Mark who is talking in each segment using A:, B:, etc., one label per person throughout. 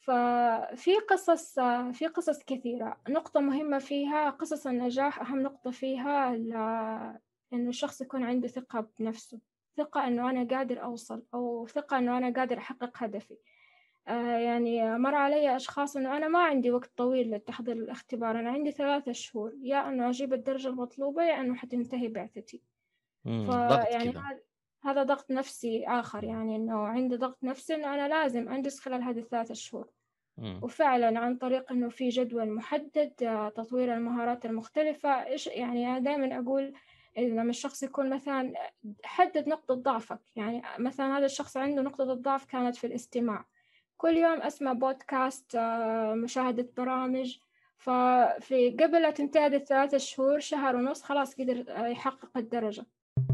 A: ففي قصص كثيرة. نقطة مهمة فيها قصص النجاح، أهم نقطة فيها إنه الشخص يكون عنده ثقة بنفسه، ثقة إنه أنا قادر أوصل، أو ثقة إنه أنا قادر أحقق هدفي. يعني مر علي أشخاص إنه أنا ما عندي وقت طويل للتحضير الاختبار، أنا عندي 3 شهور، يا إنه أجيب الدرجة المطلوبة يا إنه حتنتهي بعثتي.
B: ضغط
A: فيعني
B: كذا.
A: هذا ضغط نفسي آخر، يعني إنه عندي ضغط نفسي إنه أنا لازم أنجز خلال هذه 3 شهور. وفعلا عن طريق إنه في جدول محدد، تطوير المهارات المختلفة. إيش يعني أنا دائما أقول لما الشخص يكون مثلا حدد نقطة ضعفك، يعني مثلا هذا الشخص عنده نقطة الضعف كانت في الاستماع، كل يوم أسمع بودكاست، مشاهدة برامج. ففي قبل لا تنتهي هذه 3 شهور، شهر ونص، خلاص قدر يحقق الدرجة.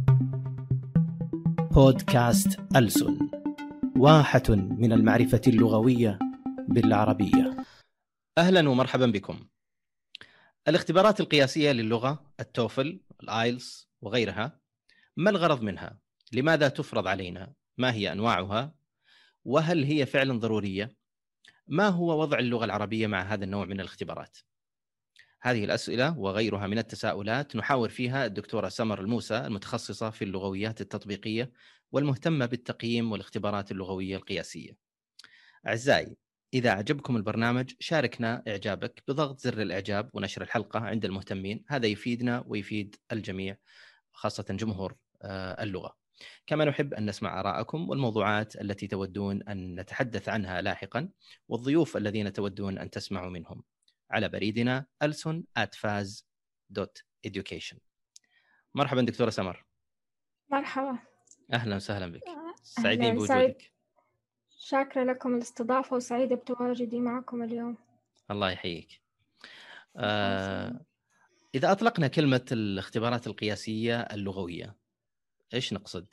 C: بودكاست ألسن، واحة من المعرفة اللغوية بالعربية.
B: أهلا ومرحبا بكم. الاختبارات القياسية للغة، التوفل، الآيلتس وغيرها، ما الغرض منها؟ لماذا تفرض علينا؟ ما هي أنواعها؟ وهل هي فعلا ضرورية؟ ما هو وضع اللغة العربية مع هذا النوع من الاختبارات؟ هذه الأسئلة وغيرها من التساؤلات نحاور فيها الدكتورة سمر الموسى، المتخصصة في اللغويات التطبيقية والمهتمة بالتقييم والاختبارات اللغوية القياسية. أعزائي، إذا أعجبكم البرنامج شاركنا إعجابك بضغط زر الإعجاب ونشر الحلقة عند المهتمين، هذا يفيدنا ويفيد الجميع، خاصة جمهور اللغة. كما نحب أن نسمع آراءكم والموضوعات التي تودون أن نتحدث عنها لاحقا، والضيوف الذين تودون أن تسمعوا منهم، على بريدنا alson@faz.education. مرحبا دكتورة سمر.
A: مرحبا.
B: أهلا وسهلا بك، سعيدين
A: أهلا، سعيد.
B: بوجودك.
A: شاكرة لكم الاستضافة وسعيدة بتواجدي معكم اليوم.
B: الله يحييك. إذا أطلقنا كلمة الاختبارات القياسية اللغوية، إيش نقصد؟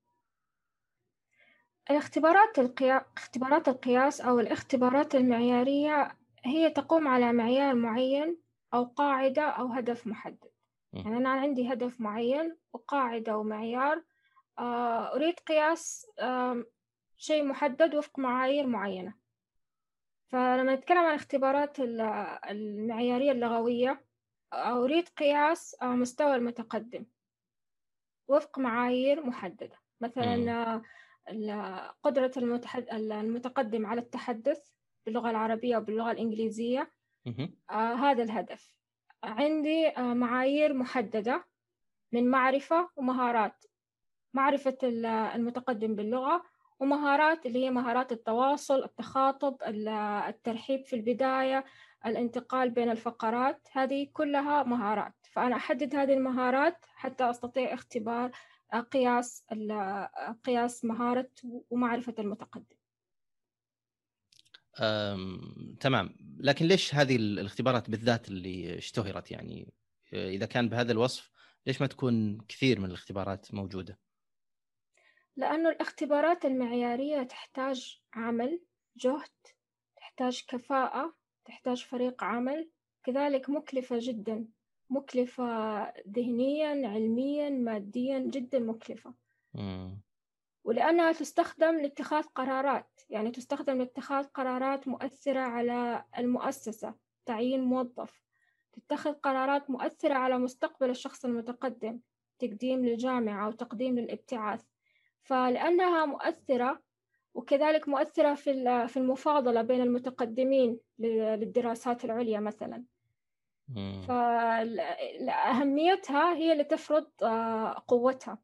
A: اختبارات القياس أو الاختبارات المعيارية هي تقوم على معيار معين أو قاعدة أو هدف محدد. يعني أنا عندي هدف معين وقاعدة ومعيار، أريد قياس شيء محدد وفق معايير معينة. فلما نتكلم عن الاختبارات المعيارية اللغوية، أريد قياس مستوى المتقدم وفق معايير محددة. مثلا قدرة المتقدم على التحدث باللغة العربية وباللغة الإنجليزية. هذا الهدف. عندي معايير محددة من معرفة ومهارات. معرفة المتقدم باللغة، ومهارات اللي هي مهارات التواصل، التخاطب، الترحيب في البداية، الانتقال بين الفقرات، هذه كلها مهارات. فأنا أحدد هذه المهارات حتى أستطيع اختبار قياس مهارة ومعرفة المتقدم.
B: تمام، لكن ليش هذه الاختبارات بالذات اللي اشتهرت؟ يعني إذا كان بهذا الوصف، ليش ما تكون كثير من الاختبارات موجودة؟
A: لأنه الاختبارات المعيارية تحتاج عمل، جهد، تحتاج كفاءة، تحتاج فريق عمل، كذلك مكلفة جدا، مكلفة ذهنيا، علميا، ماديا، جدا مكلفة. ولأنها تستخدم لاتخاذ قرارات، يعني تستخدم لاتخاذ قرارات مؤثرة على المؤسسة، تعيين موظف، تتخذ قرارات مؤثرة على مستقبل الشخص المتقدم، تقديم للجامعة أو تقديم للابتعاث. فلأنها مؤثرة، وكذلك مؤثرة في المفاضلة بين المتقدمين للدراسات العليا مثلا، فأهميتها هي اللي تفرض قوتها.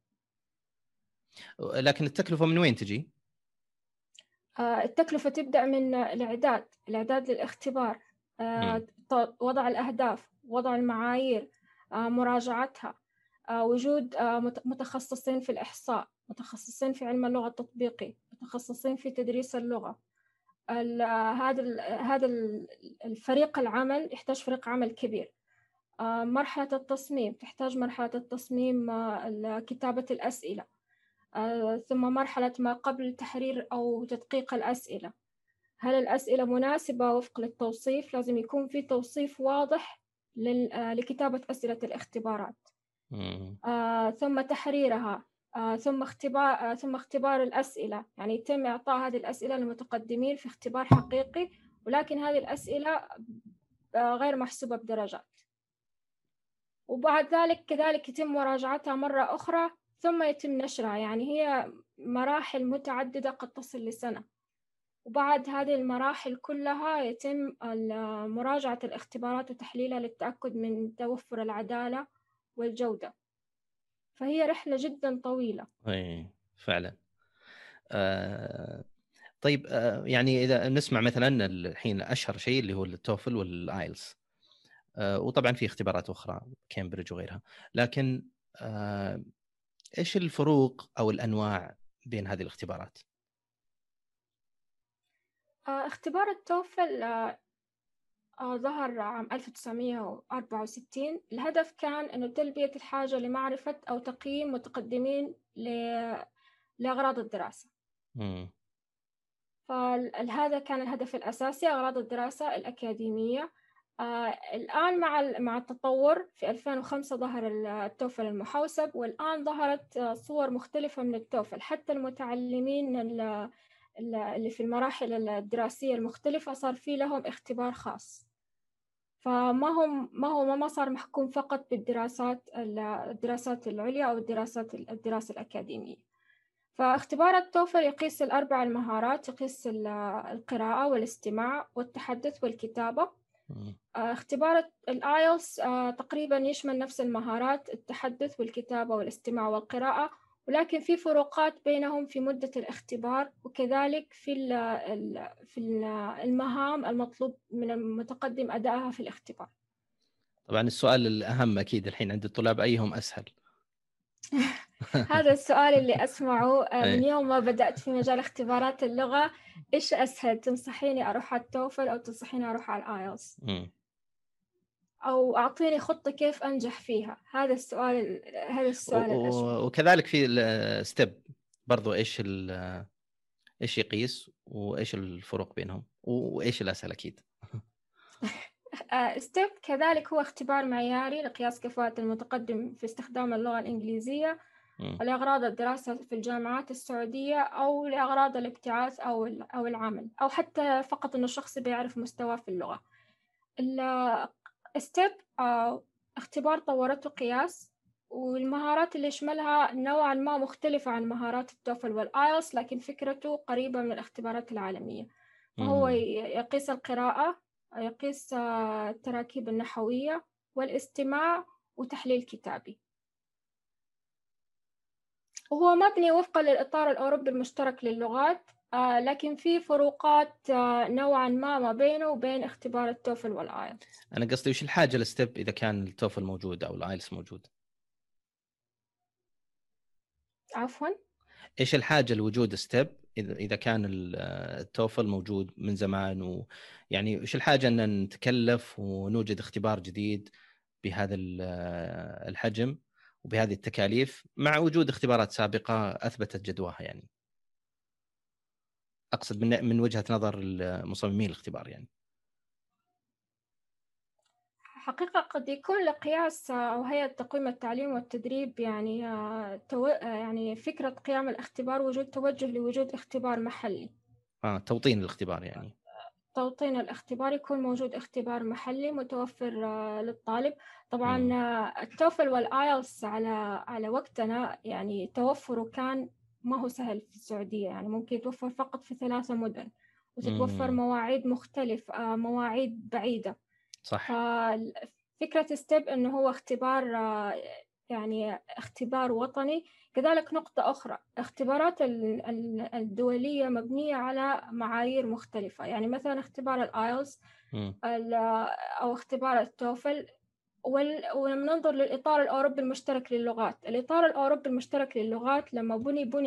B: لكن التكلفة من وين تجي؟
A: التكلفة تبدأ من الإعداد للاختبار، وضع الأهداف، وضع المعايير، مراجعتها، وجود متخصصين في الإحصاء، متخصصين في علم اللغة التطبيقي، متخصصين في تدريس اللغة. هذا الفريق العمل يحتاج فريق عمل كبير. مرحلة التصميم تحتاج مرحلة التصميم، كتابة الأسئلة، ثم مرحلة ما قبل تحرير أو تدقيق الأسئلة. هل الأسئلة مناسبة وفق للتوصيف؟ لازم يكون في توصيف واضح لكتابة أسئلة الاختبارات. ثم تحريرها، ثم اختبار الأسئلة، يعني يتم إعطاء هذه الأسئلة للمتقدمين في اختبار حقيقي، ولكن هذه الأسئلة غير محسوبة بدرجات. وبعد ذلك كذلك يتم مراجعتها مرة أخرى ثم يتم نشرها، يعني هي مراحل متعددة قد تصل لسنة. وبعد هذه المراحل كلها يتم مراجعة الاختبارات وتحليلها للتأكد من توفر العدالة والجودة. فهي رحلة جدا طويلة.
B: اي فعلا. طيب، يعني اذا نسمع مثلا الحين اشهر شيء اللي هو التوفل والايلتس، وطبعا في اختبارات اخرى كامبريدج وغيرها، لكن ايش الفروق او الانواع بين هذه الاختبارات؟
A: اختبار التوفل ظهر عام 1964. الهدف كان إنه تلبية الحاجة لمعرفة أو تقييم متقدمين لأغراض الدراسة. فهذا كان الهدف الأساسي، أغراض الدراسة الأكاديمية. الآن مع التطور في 2005 ظهر التوفل المحوسب، والآن ظهرت صور مختلفة من التوفل. حتى المتعلمين اللي في المراحل الدراسية المختلفة صار في لهم اختبار خاص. ما صار محكوم فقط بالدراسات العليا أو الدراسة الأكاديمية. فاختبار التوفل يقيس الأربع المهارات، يقيس القراءة والاستماع والتحدث والكتابة. اختبار الآيلتس تقريبا يشمل نفس المهارات، التحدث والكتابة والاستماع والقراءة، ولكن في فروقات بينهم في مدة الاختبار، وكذلك في المهام المطلوب من المتقدم أدائها في الاختبار.
B: طبعا السؤال الأهم أكيد الحين عند الطلاب، أيهم أسهل؟
A: هذا السؤال اللي أسمعه من يوم ما بدأت في مجال اختبارات اللغة. إيش أسهل؟ تنصحيني أروح على التوفل أو تنصحيني أروح على الآيلتس؟ أو أعطيني خطة كيف أنجح فيها؟ هذا السؤال الأشهر.
B: وكذلك في الستيب برضو، إيش يقيس وإيش الفروق بينهم وإيش الأسهل أكيد؟
A: ستيب كذلك هو اختبار معياري لقياس كفاءة المتقدم في استخدام اللغة الإنجليزية لأغراض الدراسة في الجامعات السعودية، أو لأغراض الابتعاث أو العمل، أو حتى فقط إنه الشخص بيعرف مستواه في اللغة. الستيب اختبار طورته قياس، والمهارات اللي يشملها نوعا ما مختلفة عن مهارات التوفل والآيلتس، لكن فكرته قريبة من الاختبارات العالمية. فهو يقيس القراءة، يقيس التراكيب النحوية والاستماع وتحليل كتابي. وهو مبني وفقا للإطار الأوروبي المشترك للغات، لكن في فروقات نوعا ما بينه وبين اختبار التوفل والآيلتس.
B: أنا قصدي وش الحاجة للستيب إذا كان التوفل موجود أو الآيلتس موجود؟
A: عفوا؟
B: إيش الحاجة لوجود ستيب إذا كان التوفل موجود من زمان، ويعني وش الحاجة أن نتكلف ونوجد اختبار جديد بهذا الحجم وبهذه التكاليف مع وجود اختبارات سابقة أثبتت جدواها؟ يعني أقصد من وجهة نظر المصممين الاختبار. يعني
A: حقيقة قد يكون لقياس أو هيئة تقويم التعليم والتدريب يعني فكرة قيام الاختبار وجود توجه لوجود اختبار محلي.
B: توطين الاختبار، يعني
A: توطين الاختبار، يكون موجود اختبار محلي متوفر للطالب. طبعا التوفل والآيلتس على وقتنا يعني توفره كان ما هو سهل في السعودية، يعني ممكن يتوفر فقط في 3 مدن، وتتوفر مواعيد مختلفة، مواعيد بعيدة.
B: صح.
A: ففكرة ستيب إنه هو اختبار يعني اختبار وطني. كذلك نقطة أخرى، اختبارات الدولية مبنية على معايير مختلفة، يعني مثلا اختبار الآيلتس أو اختبار التوفل. ولما ننظر للإطار الأوروبي المشترك للغات، الإطار الأوروبي المشترك للغات لما بني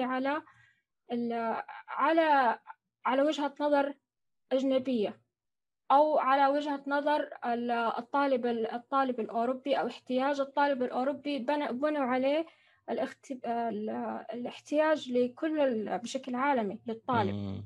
A: على وجهة نظر أجنبية، أو على وجهة نظر الطالب الأوروبي، أو احتياج الطالب الأوروبي، بنوا عليه الاحتياج بشكل عالمي للطالب.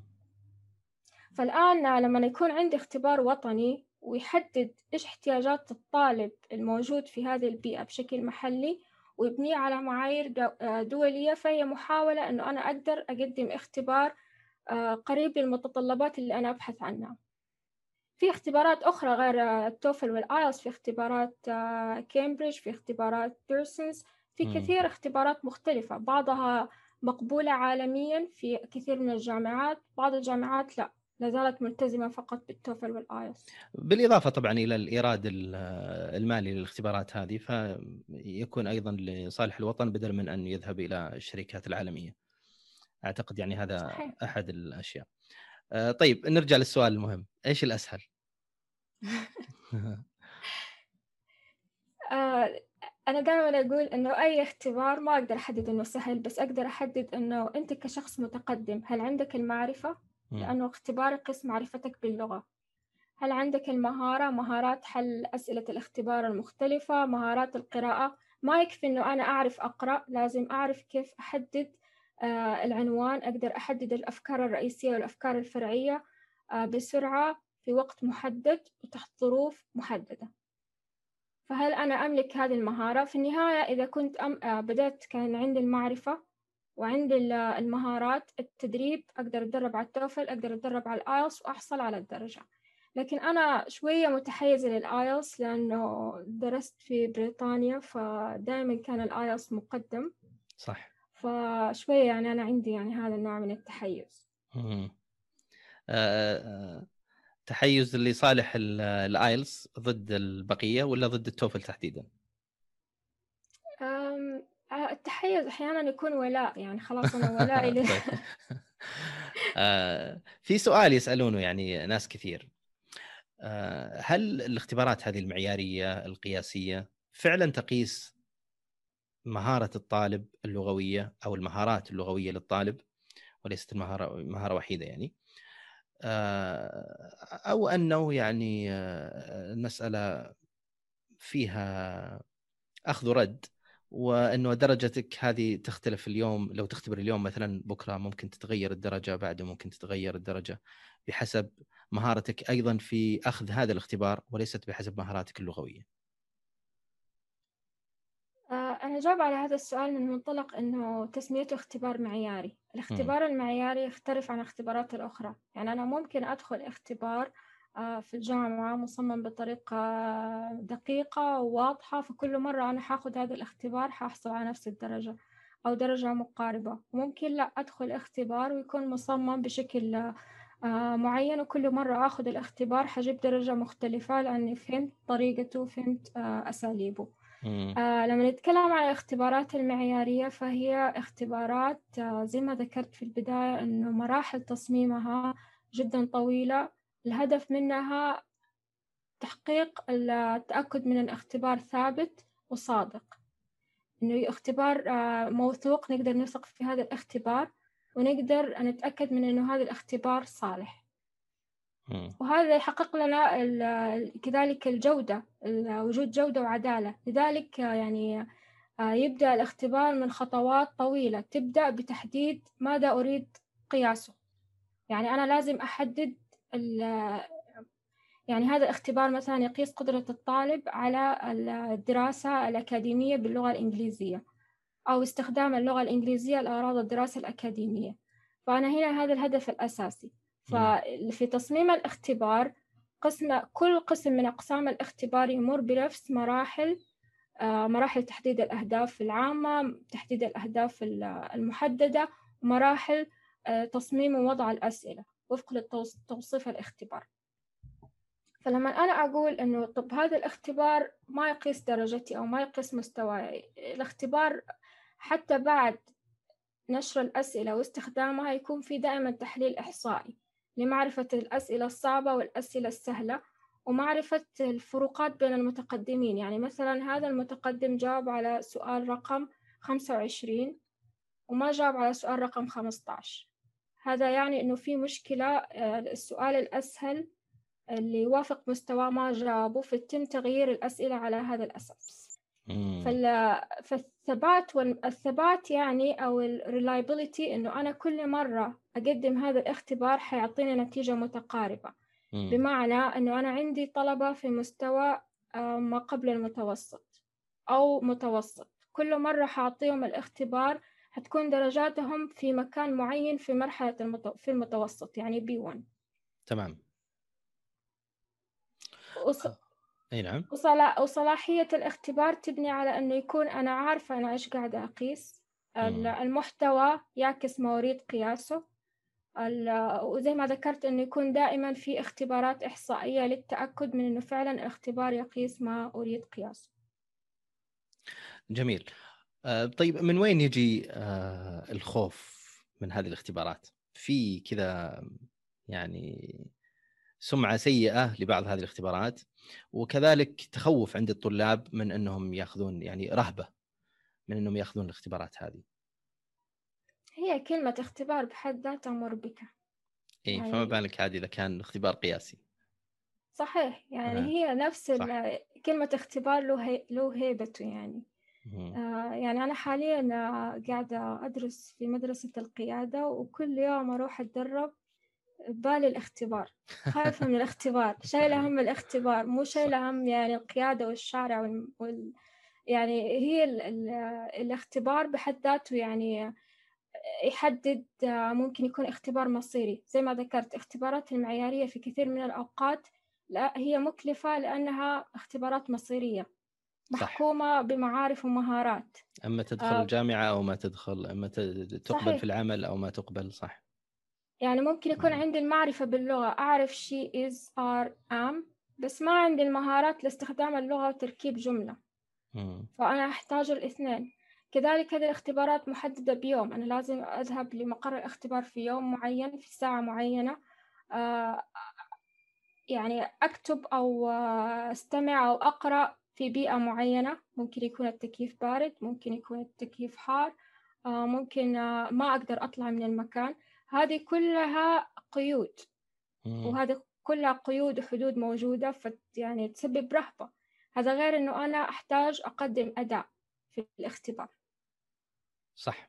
A: فالآن لما يكون عندي اختبار وطني ويحدد إيش احتياجات الطالب الموجود في هذه البيئة بشكل محلي، ويبنيه على معايير دولية، فهي محاولة أنه أنا أقدر أقدم اختبار قريب للمتطلبات اللي أنا أبحث عنها. في اختبارات أخرى غير التوفل والآيلتس، في اختبارات كامبريدج، في اختبارات بيرسونز، في كثير اختبارات مختلفة، بعضها مقبولة عالميا في كثير من الجامعات، بعض الجامعات لا زالت ملتزمة فقط بالتوفل والآيلتس.
B: بالإضافة طبعا إلى الإيراد المالي للاختبارات هذه، فيكون أيضا لصالح الوطن بدل من أن يذهب إلى الشركات العالمية. أعتقد يعني هذا
A: صحيح.
B: أحد الأشياء. طيب نرجع للسؤال المهم، إيش الأسهل؟
A: أنا دائما أقول إنه أي اختبار ما أقدر أحدد إنه سهل، بس أقدر أحدد إنه أنت كشخص متقدم هل عندك المعرفة، لأنه اختبار يقيس معرفتك باللغة. هل عندك المهارة، مهارات حل أسئلة الاختبار المختلفة، مهارات القراءة. ما يكفي إنه أنا أعرف أقرأ، لازم أعرف كيف أحدد العنوان، أقدر أحدد الأفكار الرئيسية والأفكار الفرعية بسرعة في وقت محدد وتحت ظروف محددة. فهل أنا أملك هذه المهارة؟ في النهاية إذا كنت بدأت كان عندي المعرفة وعندي المهارات، التدريب أقدر أتدرب على التوفل، أقدر أتدرب على الآيلتس وأحصل على الدرجة. لكن أنا شوية متحيزة للآيلتس لأنه درست في بريطانيا، فدائما كان الآيلتس مقدم.
B: صح.
A: فشوية يعني أنا عندي يعني هذا النوع من التحيز.
B: تحيز لصالح الآيلتس ضد البقية ولا ضد التوفل تحديدا؟
A: التحيز أحيانا يكون ولاء، يعني خلاص أنا ولائي
B: طيب. في سؤال يسألونه يعني ناس كثير، هل الاختبارات هذه المعيارية القياسية فعلا تقيس مهارة الطالب اللغوية أو المهارات اللغوية للطالب وليست مهارة وحيدة يعني، أو أنه يعني المسألة فيها أخذ ورد، وأنه درجتك هذه تختلف اليوم، لو تختبر اليوم مثلا بكرة ممكن تتغير الدرجة، بعده ممكن تتغير الدرجة بحسب مهارتك أيضا في أخذ هذا الاختبار وليست بحسب مهاراتك اللغوية؟
A: أنا جاوب على هذا السؤال من منطلق أنه تسميته اختبار معياري. الاختبار المعياري يختلف عن الاختبارات الأخرى. يعني أنا ممكن أدخل اختبار في الجامعة مصمم بطريقة دقيقة وواضحة، فكل مرة أنا حاخد هذا الاختبار حأحصل على نفس الدرجة أو درجة مقاربة. ممكن لا أدخل اختبار ويكون مصمم بشكل معين، وكل مرة أخذ الاختبار حجيب درجة مختلفة لأني فهمت طريقته، فهمت أساليبه. لما نتكلم عن الاختبارات المعيارية، فهي اختبارات زي ما ذكرت في البداية أنه مراحل تصميمها جدا طويلة. الهدف منها تحقيق التأكد من الاختبار ثابت وصادق، أنه اختبار موثوق، نقدر نثق في هذا الاختبار ونقدر نتأكد من أنه هذا الاختبار صالح. وهذا يحقق لنا كذلك الجودة، وجود جودة وعدالة. لذلك يعني يبدأ الاختبار من خطوات طويلة، تبدأ بتحديد ماذا أريد قياسه. يعني أنا لازم أحدد يعني هذا الاختبار مثلا يقيس قدرة الطالب على الدراسة الأكاديمية باللغة الإنجليزية أو استخدام اللغة الإنجليزية لأغراض الدراسة الأكاديمية. فأنا هنا هذا الهدف الأساسي. ففي تصميم الاختبار كل قسم من أقسام الاختبار يمر بنفس مراحل تحديد الأهداف العامة، تحديد الأهداف المحددة، ومراحل تصميم ووضع الأسئلة وفق لتوصيف الاختبار. فلما أنا أقول إنه طب هذا الاختبار ما يقيس درجتي أو ما يقيس مستواي، الاختبار حتى بعد نشر الأسئلة واستخدامها يكون في دائما تحليل إحصائي لمعرفة الأسئلة الصعبة والأسئلة السهلة، ومعرفة الفروقات بين المتقدمين. يعني مثلا هذا المتقدم جاوب على سؤال رقم 25 وما جاوب على سؤال رقم 15، هذا يعني إنه في مشكلة. السؤال الأسهل اللي يوافق مستواه ما جاوبه، فيتم تغيير الأسئلة على هذا الأساس. فالثبات يعني أو reliability إنه أنا كل مرة أقدم هذا الاختبار حيعطيني نتيجة متقاربة. بمعنى إنه أنا عندي طلبة في مستوى ما قبل المتوسط أو متوسط، كل مرة حأعطيهم الاختبار هتكون درجاتهم في مكان معين في مرحلة في المتوسط، يعني B1.
B: تمام. اي نعم.
A: وصلاحية الاختبار تبني على أنه يكون أنا عارفة أنا إيش قاعدة أقيس، المحتوى يعكس ما أريد قياسه، وزي ما ذكرت أنه يكون دائما في اختبارات إحصائية للتأكد من أنه فعلا الاختبار يقيس ما أريد قياسه.
B: جميل. طيب من وين يجي الخوف من هذه الاختبارات؟ في كذا يعني سمعة سيئة لبعض هذه الاختبارات، وكذلك تخوف عند الطلاب من أنهم يأخذون، يعني رهبة من أنهم يأخذون الاختبارات هذه.
A: هي كلمة اختبار بحد ذاتها مربكة.
B: إيه
A: يعني
B: فما بالك هذه إذا كان اختبار قياسي.
A: صحيح، يعني هي نفس كلمة اختبار له هيبته يعني. يعني أنا حاليا قاعدة أدرس في مدرسة القيادة، وكل يوم أروح أتدرب بالي الاختبار، خايفة من الاختبار، شايلة هم الاختبار، مو شايلة هم يعني القيادة والشارع يعني هي الاختبار بحد ذاته يعني يحدد، ممكن يكون اختبار مصيري زي ما ذكرت. اختبارات المعيارية في كثير من الأوقات لا هي مكلفة لأنها اختبارات مصيرية محكومة بمعارف ومهارات،
B: أما تدخل الجامعة أو ما تدخل، أما تقبل
A: صحيح.
B: في العمل أو ما تقبل. صح.
A: يعني ممكن يكون عندي المعرفة باللغة، أعرف she is are am، بس ما عندي المهارات لاستخدام اللغة وتركيب جملة. فأنا أحتاج الاثنين. كذلك هذه الاختبارات محددة بيوم، أنا لازم أذهب لمقر الاختبار في يوم معين في ساعة معينة، يعني أكتب أو أستمع أو أقرأ في بيئة معينة، ممكن يكون التكييف بارد، ممكن يكون التكييف حار، ممكن ما أقدر أطلع من المكان. هذه كلها قيود، وهذه كلها قيود وحدود موجودة، يعني تسبب رهبة. هذا غير أنه أنا أحتاج أقدم أداء في الاختبار.
B: صح.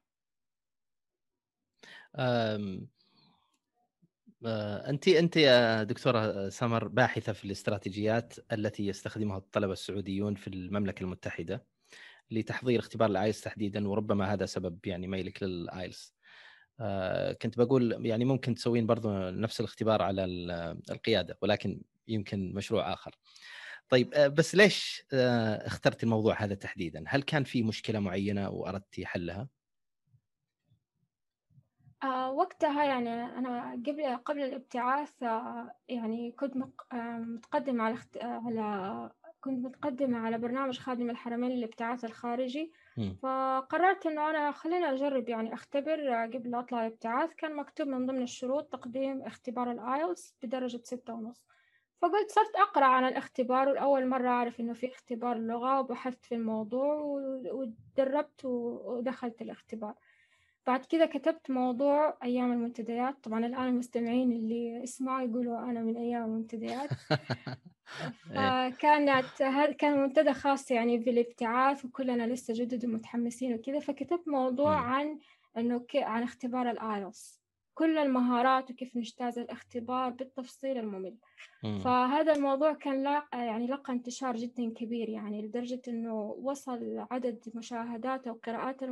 B: أنت يا دكتورة سمر باحثة في الاستراتيجيات التي يستخدمها الطلبة السعوديون في المملكة المتحدة لتحضير اختبار الآيلتس تحديدا، وربما هذا سبب يعني ميلك للآيلتس. كنت بقول يعني ممكن تسوين برضو نفس الاختبار على القيادة، ولكن يمكن مشروع آخر. طيب بس ليش اخترت الموضوع هذا تحديدا؟ هل كان في مشكلة معينة وأردتي حلها؟
A: وقتها يعني أنا قبل الابتعاث يعني كنت متقدمة كنت متقدمة على برنامج خادم الحرمين للابتعاث الخارجي. فقررت إنه أنا خلينا أجرب يعني أختبر قبل أطلع الابتعاث. كان مكتوب من ضمن الشروط تقديم اختبار الآيلتس بدرجة 6.5. فقلت صرت أقرأ عن الاختبار، والأول مرة أعرف إنه في اختبار لغة، وبحثت في الموضوع وتدربت ودخلت الاختبار. بعد كذا كتبت موضوع أيام المنتديات. طبعا الآن المستمعين اللي يسمعوا يقولوا أنا من أيام المنتديات. كان منتدى خاص يعني بالابتعاث، وكلنا لسه جدد ومتحمسين وكذا. فكتبت موضوع عن عن اختبار الآيلتس، كل المهارات وكيف نجتاز الاختبار بالتفصيل الممل. فهذا الموضوع كان لقى انتشار جدا كبير، يعني لدرجة إنه وصل عدد مشاهدات أو قراءات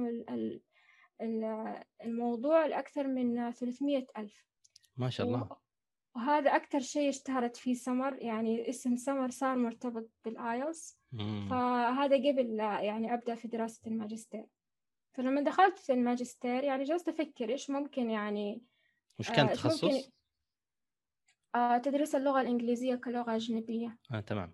A: الموضوع لأكثر من 300,000.
B: ما شاء الله.
A: وهذا أكثر شيء اشتهرت فيه سمر، يعني اسم سمر صار مرتبط بالآيلتس. فهذا قبل يعني أبدأ في دراسة الماجستير. فلما دخلت في الماجستير يعني جلست أفكر إيش ممكن يعني
B: وش كان التخصص؟
A: تدريس اللغة الإنجليزية كلغة أجنبية.
B: تمام.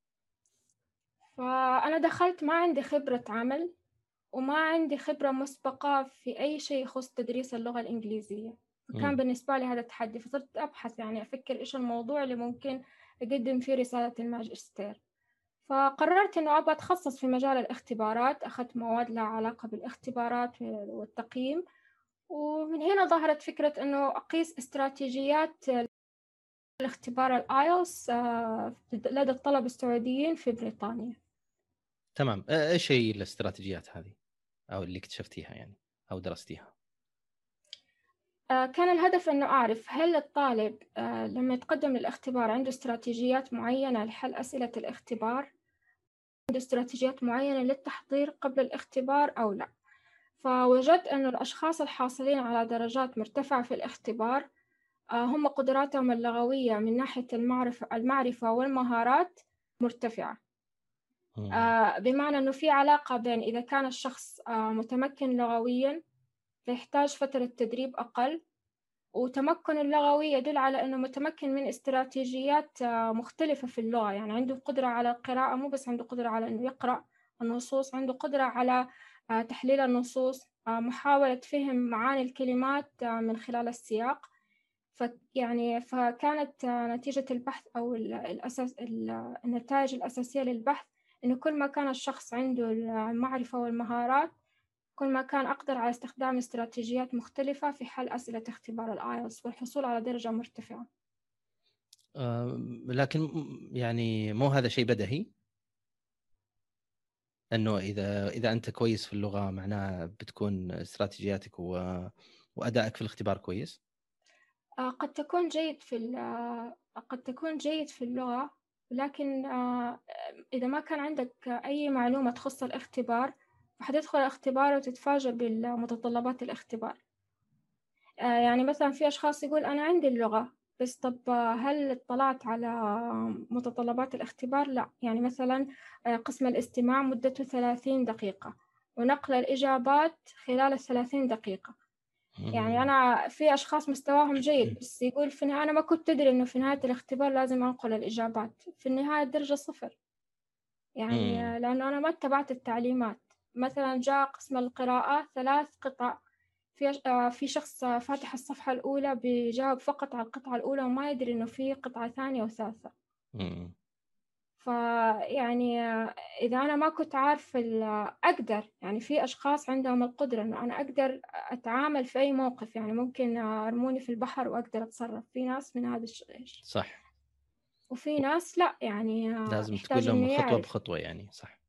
A: فأنا دخلت ما عندي خبرة عمل، وما عندي خبرة مسبقة في أي شيء يخص تدريس اللغة الإنجليزية. فكان بالنسبة لي هذا التحدي. فصرت أبحث يعني أفكر إيش الموضوع اللي ممكن أقدم فيه رسالة الماجستير. فقررت إنه أبغى أتخصص في مجال الاختبارات. أخذت مواد لها علاقة بالاختبارات والتقييم، ومن هنا ظهرت فكرة إنه أقيس استراتيجيات الاختبار الآيلتس لدى الطلبة السعوديين في بريطانيا.
B: تمام. إيش هي الاستراتيجيات هذه أو اللي اكتشفتيها يعني أو درستيها؟
A: كان الهدف إنه أعرف هل الطالب لما يتقدم للاختبار عنده استراتيجيات معينة لحل أسئلة الاختبار، استراتيجيات معينة للتحضير قبل الاختبار أو لا. فوجدت أن الأشخاص الحاصلين على درجات مرتفعة في الاختبار هم قدراتهم اللغوية من ناحية المعرفة والمهارات مرتفعة. بمعنى أنه في علاقة بين إذا كان الشخص متمكن لغويا فيحتاج فترة تدريب أقل، وتمكن اللغوي يدل على أنه متمكن من استراتيجيات مختلفة في اللغة، يعني عنده قدرة على القراءة، مو بس عنده قدرة على أنه يقرأ النصوص، عنده قدرة على تحليل النصوص، محاولة فهم معاني الكلمات من خلال السياق. فكانت نتيجة البحث أو النتائج الأساسية للبحث إنه كل ما كان الشخص عنده المعرفة والمهارات كل ما كان أقدر على استخدام استراتيجيات مختلفة في حل أسئلة اختبار الآيلتس والحصول على درجة مرتفعة.
B: لكن يعني مو هذا شيء بديهي أنه إذا أنت كويس في اللغة معناه بتكون استراتيجياتك وأدائك في الاختبار كويس؟
A: قد تكون جيد في اللغة، لكن إذا ما كان عندك أي معلومة تخص الاختبار فحتدخل الاختبار وتتفاجأ بالمتطلبات الاختبار. يعني مثلا في أشخاص يقول أنا عندي اللغة، بس طب هل اطلعت على متطلبات الاختبار؟ لا. يعني مثلا قسم الاستماع مدته 30 دقيقة ونقل الإجابات خلال 30 دقيقة. يعني أنا في أشخاص مستواهم جيد بس يقول في النهاية أنا ما كنت أدري إنه في نهاية الاختبار لازم أنقل الإجابات، في النهاية درجة 0، يعني لأنه أنا ما اتبعت التعليمات. مثلا جاء قسم القراءة 3 قطع، في شخص فاتح الصفحة الأولى بيجاوب فقط على القطعة الأولى وما يدري إنه في قطعة ثانية وثالثة. فيعني إذا أنا ما كنت عارف أقدر، يعني في أشخاص عندهم القدرة إنه أنا أقدر أتعامل في أي موقف، يعني ممكن أرموني في البحر وأقدر أتصرف، في ناس من هذا الشيء
B: صح،
A: وفي ناس لا، يعني
B: لازم
A: يحتاج
B: تقول لهم
A: إنه
B: خطوة
A: يعرف.
B: بخطوة يعني. صح.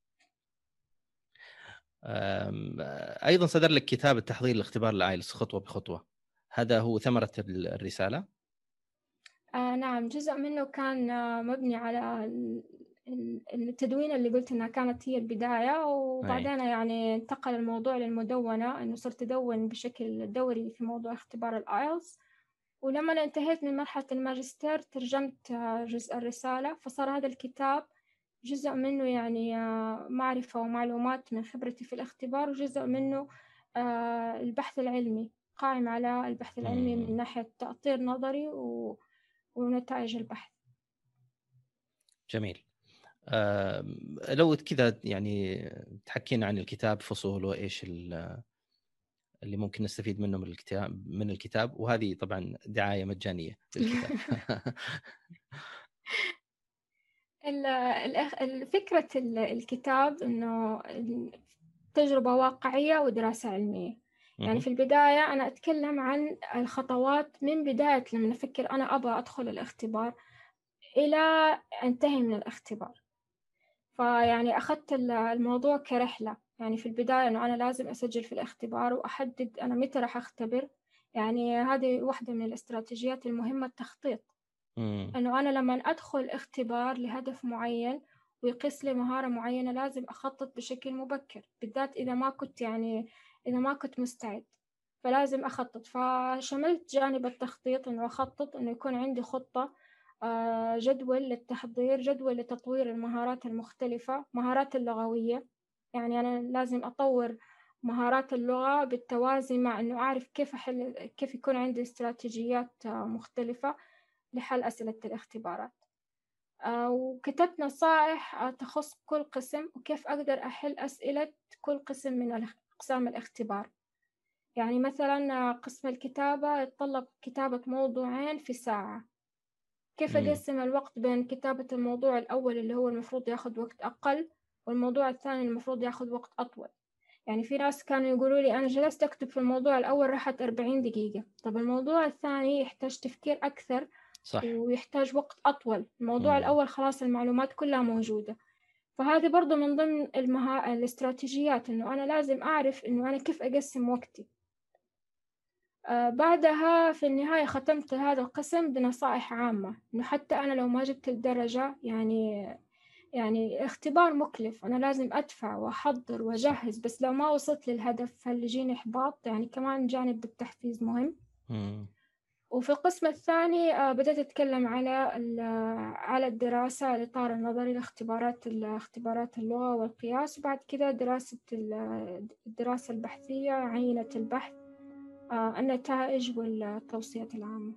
B: أيضا صدر لك كتاب التحضير لاختبار الآيلتس خطوة بخطوة، هذا هو ثمرة الرسالة؟
A: نعم، جزء منه كان مبني على التدوين اللي قلت إنها كانت هي البداية، وبعدين يعني انتقل الموضوع للمدونة، إنه صرت أدون بشكل دوري في موضوع اختبار الآيلتس. ولما أنا انتهيت من مرحلة الماجستير ترجمت جزء الرسالة، فصار هذا الكتاب جزء منه يعني معرفة ومعلومات من خبرتي في الاختبار، وجزء منه البحث العلمي، قائم على البحث العلمي من ناحية تأطير نظري ونتائج البحث.
B: جميل. لو كذا يعني تحكينا عن الكتاب، فصوله، ايش اللي ممكن نستفيد منه من الكتاب، وهذه طبعا دعاية مجانية للكتاب.
A: فكرة الكتاب إنه تجربة واقعية ودراسة علمية. يعني في البداية أنا أتكلم عن الخطوات من بداية لما أفكر أنا أبغى أدخل الاختبار إلى أنتهي من الاختبار. فيعني أخذت الموضوع كرحلة. يعني في البداية أنه أنا لازم أسجل في الاختبار وأحدد أنا متى راح أختبر. يعني هذه واحدة من الاستراتيجيات المهمة، التخطيط. أنه أنا لما أدخل اختبار لهدف معين ويقيس لي مهارة معينة لازم أخطط بشكل مبكر، بالذات إذا ما كنت مستعد، فلازم أخطط. فشملت جانب التخطيط، أنه أخطط أنه يكون عندي خطة، جدول للتحضير، جدول لتطوير المهارات المختلفة، مهارات اللغوية. يعني أنا لازم أطور مهارات اللغة بالتوازي مع أنه أعرف كيف يكون عندي استراتيجيات مختلفة لحل أسئلة الاختبارات. وكتبت نصائح تخص كل قسم وكيف أقدر أحل أسئلة كل قسم من أقسام الاختبار. يعني مثلا قسم الكتابة يتطلب كتابة موضوعين في ساعة، كيف أقسم الوقت بين كتابة الموضوع الأول اللي هو المفروض ياخد وقت أقل والموضوع الثاني المفروض ياخد وقت أطول. يعني في ناس كانوا يقولوا لي أنا جلست أكتب في الموضوع الأول راحت 40 دقيقة، طب الموضوع الثاني يحتاج تفكير أكثر.
B: صح.
A: ويحتاج وقت أطول. الموضوع الأول خلاص المعلومات كلها موجودة. فهذه برضو من ضمن الاستراتيجيات، إنه أنا لازم أعرف إنه أنا كيف أقسم وقتي. بعدها في النهاية ختمت هذا القسم بنصائح عامة، إنه حتى أنا لو ما جبت الدرجة يعني يعني اختبار مكلف، أنا لازم أدفع وأحضر وأجهز، بس لو ما وصلت للهدف هل يجيني إحباط؟ يعني كمان جانب التحفيز مهم. وفي القسم الثاني بدأت أتكلم على الدراسة، الإطار النظري لاختبارات اللغة والقياس، وبعد كده الدراسة البحثية، عينة البحث، النتائج والتوصيات العامة.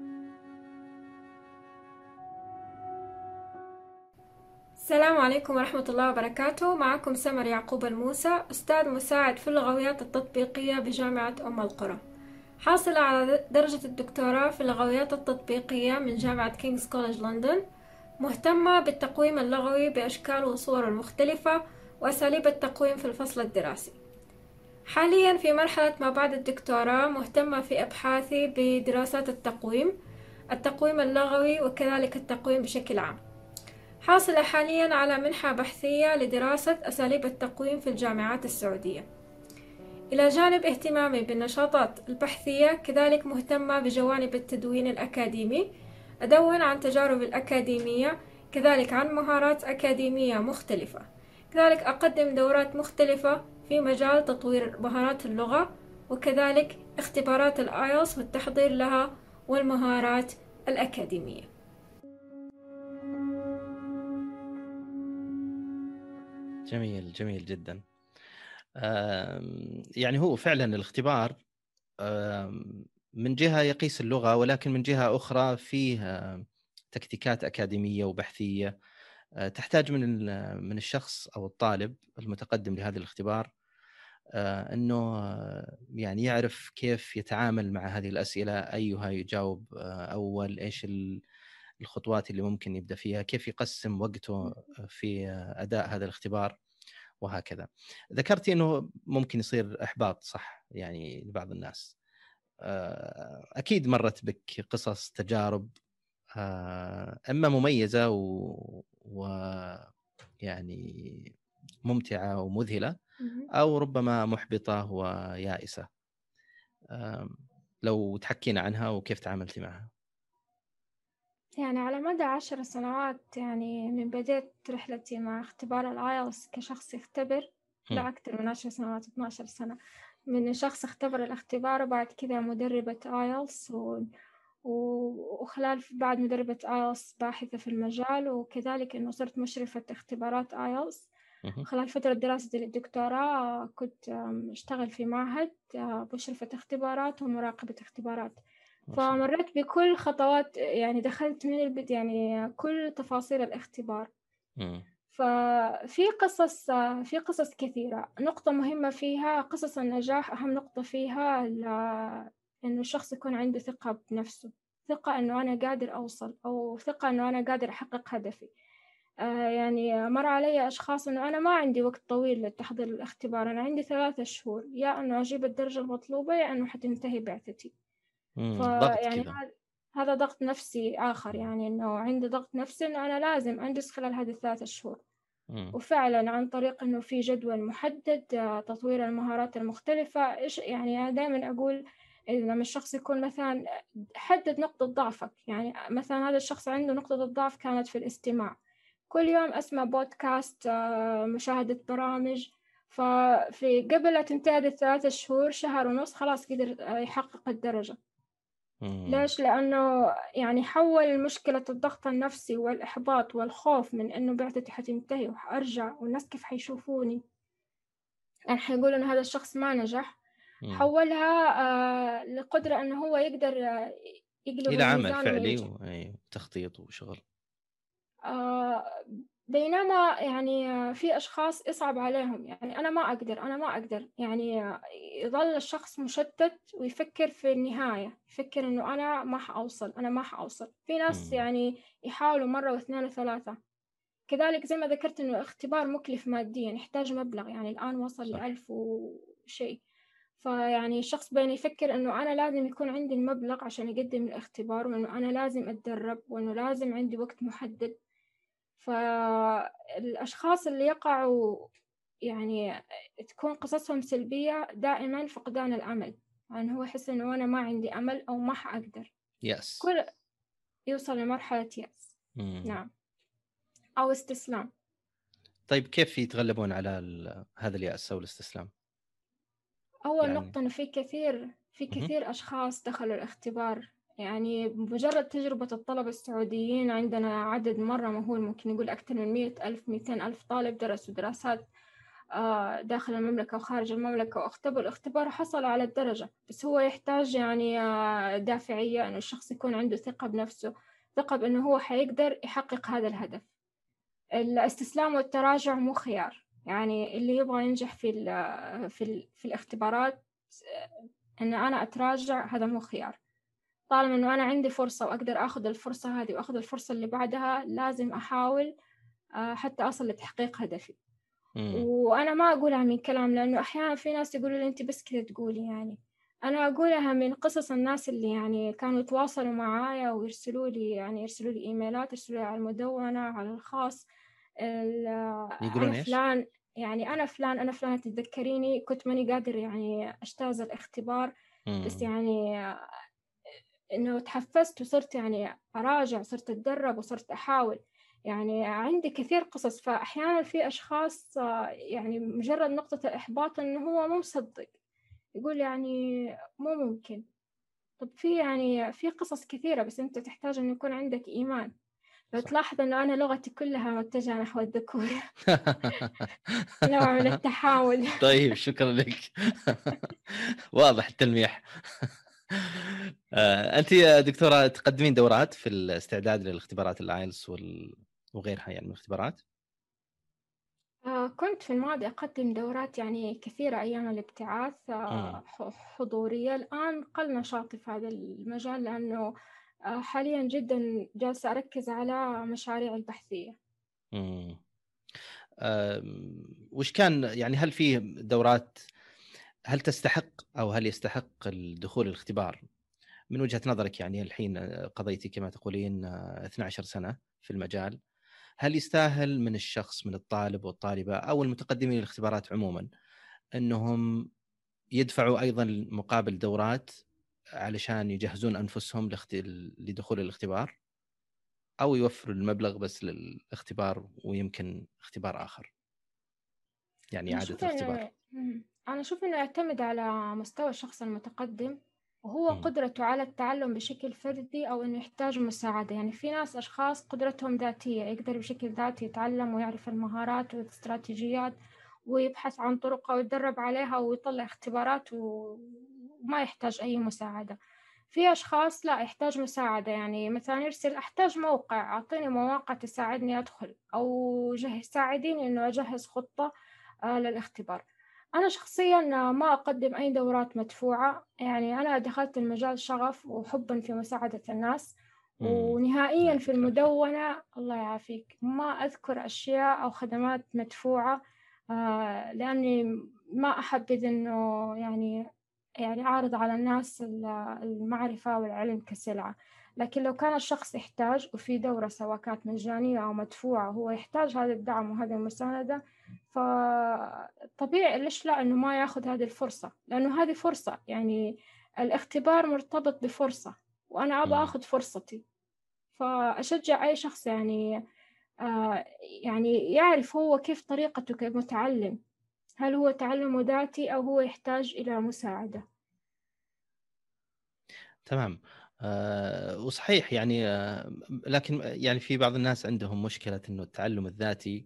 A: السلام عليكم ورحمة الله وبركاته. معكم سمر يعقوب الموسى، أستاذ مساعد في اللغويات التطبيقية بجامعة أم القرى، حاصلة على درجة الدكتوراه في اللغويات التطبيقية من جامعة كينغز كوليج لندن، مهتمة بالتقويم اللغوي بأشكاله وصوره المختلفة وأساليب التقويم في الفصل الدراسي. حاليا في مرحلة ما بعد الدكتوراه، مهتمة في أبحاثي بدراسات التقويم اللغوي وكذلك التقويم بشكل عام. حاصلة حاليا على منحة بحثية لدراسة أساليب التقويم في الجامعات السعودية. إلى جانب اهتمامي بالنشاطات البحثية، كذلك مهتمة بجوانب التدوين الأكاديمي، أدون عن تجارب الأكاديمية، كذلك عن مهارات أكاديمية مختلفة، كذلك أقدم دورات مختلفة في مجال تطوير مهارات اللغة، وكذلك اختبارات الآيلتس والتحضير لها والمهارات الأكاديمية.
B: جميل جميل جدا. يعني هو فعلا الاختبار من جهة يقيس اللغة، ولكن من جهة أخرى فيه تكتيكات أكاديمية وبحثية تحتاج من الشخص أو الطالب المتقدم لهذا الاختبار أنه يعني يعرف كيف يتعامل مع هذه الأسئلة، أيها يجاوب أول، إيش الخطوات اللي ممكن يبدأ فيها، كيف يقسم وقته في أداء هذا الاختبار، وهكذا. ذكرتي أنه ممكن يصير إحباط، صح، يعني لبعض الناس. أكيد مرت بك قصص تجارب إما مميزة يعني ممتعة ومذهلة، أو ربما محبطة ويائسة. لو تحكينا عنها وكيف تعاملتي معها.
A: يعني على مدى 10 سنوات، يعني من بديت رحلتي مع اختبار الآيلتس كشخص يختبر، لا أكثر من 10 سنوات، 12 سنة، من شخص اختبر الاختبار وبعد كذا مدربة آيلتس، وخلال بعد مدربة آيلتس باحثة في المجال، وكذلك إنه صرت مشرفة اختبارات آيلتس. خلال فترة دراستي للدكتوراه كنت أشتغل في معهد مشرفة اختبارات ومراقبة اختبارات، فمريت بكل خطوات، يعني دخلت من البدء، يعني كل تفاصيل الاختبار. ففي قصص كثيرة. نقطة مهمة فيها قصص النجاح، أهم نقطة فيها إنه الشخص يكون عنده ثقة بنفسه، ثقة إنه أنا قادر أوصل، أو ثقة إنه أنا قادر أحقق هدفي. يعني مر علي أشخاص إنه أنا ما عندي وقت طويل للتحضير الاختبار، أنا عندي 3 شهور، يا إنه أجيب الدرجة المطلوبة يا إنه حتنتهي بعثتي.
B: ضغط
A: يعني
B: كذا.
A: هذا ضغط نفسي آخر، يعني إنه عندي ضغط نفسي إنه أنا لازم أنجز خلال هذه 3 شهور. وفعلا عن طريق إنه في جدول محدد، تطوير المهارات المختلفة. يعني أنا دائما أقول لما الشخص يكون مثلا، حدد نقطة ضعفك. يعني مثلا هذا الشخص عنده نقطة الضعف كانت في الاستماع، كل يوم أسمع بودكاست، مشاهدة برامج. ففي قبل لا تنتهي هذه 3 شهور، شهر ونص، خلاص قدر يحقق الدرجة. ليش؟ لأنه يعني حول مشكلة الضغط النفسي والإحباط والخوف من إنه بعثتي حتنتهي وحأرجع والناس كيف حيشوفوني، يعني حيقولوا إن هذا الشخص ما نجح، حولها لقدرة إنه هو يقدر يقلب
B: إلى عمل
A: الميزان
B: فعلي وتخطيط وشغل.
A: بينما يعني في أشخاص يصعب عليهم، يعني أنا ما أقدر، يعني يظل الشخص مشتت ويفكر في النهاية، يفكر إنه أنا ما حأوصل. في ناس يعني يحاولوا مرة واثنين وثلاثة. كذلك زي ما ذكرت إنه اختبار مكلف ماديا، يحتاج مبلغ، يعني الآن وصل ل1000 وشيء. فيعني الشخص بين يفكر إنه أنا لازم يكون عندي المبلغ عشان أقدم الاختبار، وإنه أنا لازم أتدرب، وإنه لازم عندي وقت محدد. فالأشخاص اللي يقعوا يعني تكون قصصهم سلبية دائما، فقدان الأمل، يعني هو يحس إنه أنا ما عندي أمل أو ما حأقدر.
B: يأس.
A: كل يوصل لمرحلة يأس. نعم، أو استسلام.
B: طيب كيف يتغلبون على هذا اليأس أو الاستسلام؟
A: أول
B: يعني
A: نقطة إنه في كثير أشخاص دخلوا الاختبار، يعني بمجرد تجربة الطلبة السعوديين عندنا عدد مرة مهول، ممكن نقول أكثر من 100,000 200,000 طالب درسوا دراسات داخل المملكة وخارج المملكة واختبروا الاختبار وحصلوا على الدرجة. بس هو يحتاج يعني دافعية، إنه الشخص يكون عنده ثقة بنفسه، ثقة بإنه هو حيقدر يحقق هذا الهدف. الاستسلام والتراجع مو خيار، يعني اللي يبغى ينجح في الاختبارات إن أنا أتراجع هذا مو خيار. طالما إنه أنا عندي فرصة وأقدر أخذ الفرصة هذه وأخذ الفرصة اللي بعدها، لازم أحاول حتى أصل لتحقيق هدفي. وأنا ما أقولها من كلام، لأنه أحيانا في ناس يقولوا لي أنت بس كذا تقولي، يعني أنا أقولها من قصص الناس اللي يعني كانوا يتواصلوا معايا ويرسلوا لي، يعني يرسلوا لي إيميلات، يرسلوا لي على المدونة على الخاص،
B: يقولون
A: أنا
B: إيش؟
A: فلان، يعني أنا فلانة تتذكريني، كنت ماني قادر يعني أجتاز الاختبار، بس يعني إنه تحفزت وصرت يعني أراجع، صرت أتدرب وصرت أحاول. يعني عندي كثير قصص. فأحيانا في أشخاص يعني مجرد نقطة الإحباط إنه هو مو مصدق، يقول يعني مو ممكن. طب في قصص كثيرة، بس أنت تحتاج إنه يكون عندك إيمان. فتلاحظ إنه أنا لغتي كلها متجهة نحو الذكور. نوع من التحاول.
B: طيب شكرا لك. واضح التلميح. أنت يا دكتورة تقدمين دورات في الاستعداد للاختبارات الآيلتس وغيرها يعني من الاختبارات؟
A: كنت في الماضي أقدم دورات يعني كثيرة أيام الابتعاث حضورية. الآن قل نشاطي في هذا المجال، لأنه حاليا جدا جالسة أركز على مشاريع البحثية.
B: وش كان يعني، هل في دورات، هل تستحق أو هل يستحق الدخول الاختبار من وجهة نظرك؟ يعني الحين قضيتي كما تقولين 12 سنة في المجال، هل يستاهل من الشخص، من الطالب والطالبة أو المتقدمين للاختبارات عموما، أنهم يدفعوا أيضا مقابل دورات علشان يجهزون أنفسهم لدخول الاختبار، أو يوفروا المبلغ بس للاختبار ويمكن اختبار آخر، يعني إعادة الاختبار؟
A: أنا أشوف إنه يعتمد على مستوى الشخص المتقدم، وهو قدرته على التعلم بشكل فردي أو إنه يحتاج مساعدة. يعني في أشخاص قدرتهم ذاتية، يقدر بشكل ذاتي يتعلم ويعرف المهارات والاستراتيجيات ويبحث عن طرقها ويتدرب عليها ويطلع اختبارات وما يحتاج أي مساعدة. في أشخاص لا، يحتاج مساعدة، يعني مثلا يرسل أحتاج موقع، أعطيني مواقع تساعدني أدخل، أو ساعديني إنه أجهز خطة للاختبار. أنا شخصيا ما أقدم أي دورات مدفوعة، يعني أنا دخلت المجال شغف وحبا في مساعدة الناس. ونهائيا في المدونة الله يعافيك ما أذكر أشياء أو خدمات مدفوعة، لأني ما أحبذ إنه يعني أعرض على الناس المعرفة والعلم كسلعة. لكن لو كان الشخص يحتاج وفي دورة سواء كانت مجانية أو مدفوعة وهو يحتاج هذا الدعم وهذه المساندة، فطبيعي ليش لا إنه ما ياخذ هذه الفرصة، لأنه هذه فرصة. يعني الاختبار مرتبط بفرصة، وأنا أبغى أخذ فرصتي. فأشجع أي شخص يعني يعرف هو كيف طريقته كمتعلم، هل هو تعلم ذاتي أو هو يحتاج إلى مساعدة.
B: تمام. وصحيح يعني، لكن يعني في بعض الناس عندهم مشكلة إنه التعلم الذاتي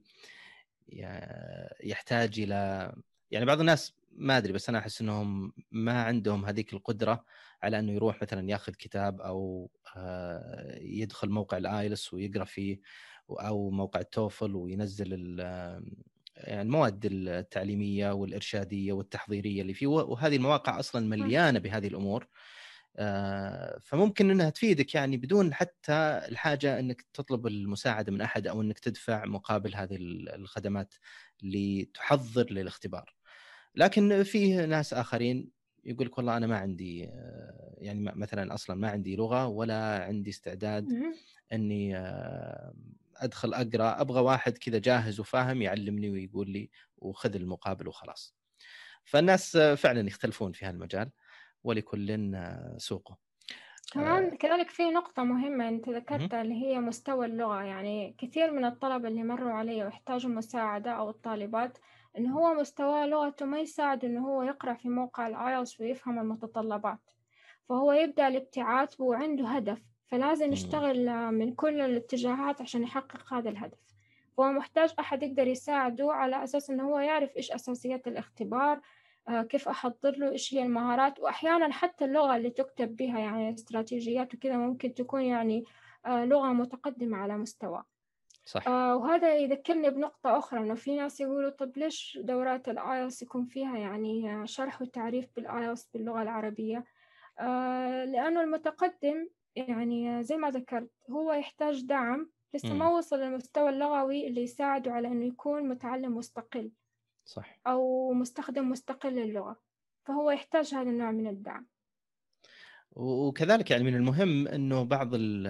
B: يحتاج إلى، يعني بعض الناس ما أدري، بس أنا أحس إنهم ما عندهم هذيك القدرة على إنه يروح مثلا ياخذ كتاب أو يدخل موقع الآيلس ويقرأ فيه، أو موقع التوفل وينزل يعني المواد التعليمية والإرشادية والتحضيرية اللي فيه، وهذه المواقع أصلا مليانة بهذه الأمور. فممكن أنها تفيدك يعني بدون حتى الحاجة أنك تطلب المساعدة من أحد أو أنك تدفع مقابل هذه الخدمات لتحضر للاختبار. لكن فيه ناس آخرين يقول لك والله أنا ما عندي، يعني مثلا أصلا ما عندي لغة ولا عندي استعداد أني أدخل أقرأ، أبغى واحد كذا جاهز وفاهم يعلمني ويقول لي وخذ المقابل وخلاص. فالناس فعلا يختلفون في هذا المجال، ولكل سوقه.
A: كمان كذلك في نقطة مهمة أنت ذكرتها اللي هي مستوى اللغة. يعني كثير من الطلبة اللي مروا علي واحتاجوا مساعدة أو الطالبات إنه هو مستوى لغته ما يساعد إنه هو يقرأ في موقع الآيلتس ويفهم المتطلبات، فهو يبدأ الابتعاث وعنده هدف، فلازم يشتغل من كل الاتجاهات عشان يحقق هذا الهدف. فهو محتاج أحد يقدر يساعده على أساس إنه هو يعرف إيش أساسيات الاختبار، كيف أحضر له، إيش هي المهارات، وأحيانا حتى اللغة اللي تكتب بها يعني استراتيجيات وكذا ممكن تكون يعني لغة متقدمة على مستوى.
B: صح.
A: وهذا يذكرني بنقطة أخرى، إنه في ناس يقولوا طب ليش دورات الآيلتس يكون فيها يعني شرح وتعريف بالآيلتس باللغة العربية؟ لأنه المتقدم يعني زي ما ذكرت هو يحتاج دعم، لسه ما وصل للمستوى اللغوي اللي يساعده على إنه يكون متعلم مستقل.
B: صح.
A: أو مستخدم مستقل للغة، فهو يحتاج هذا النوع من الدعم.
B: وكذلك يعني من المهم انه بعض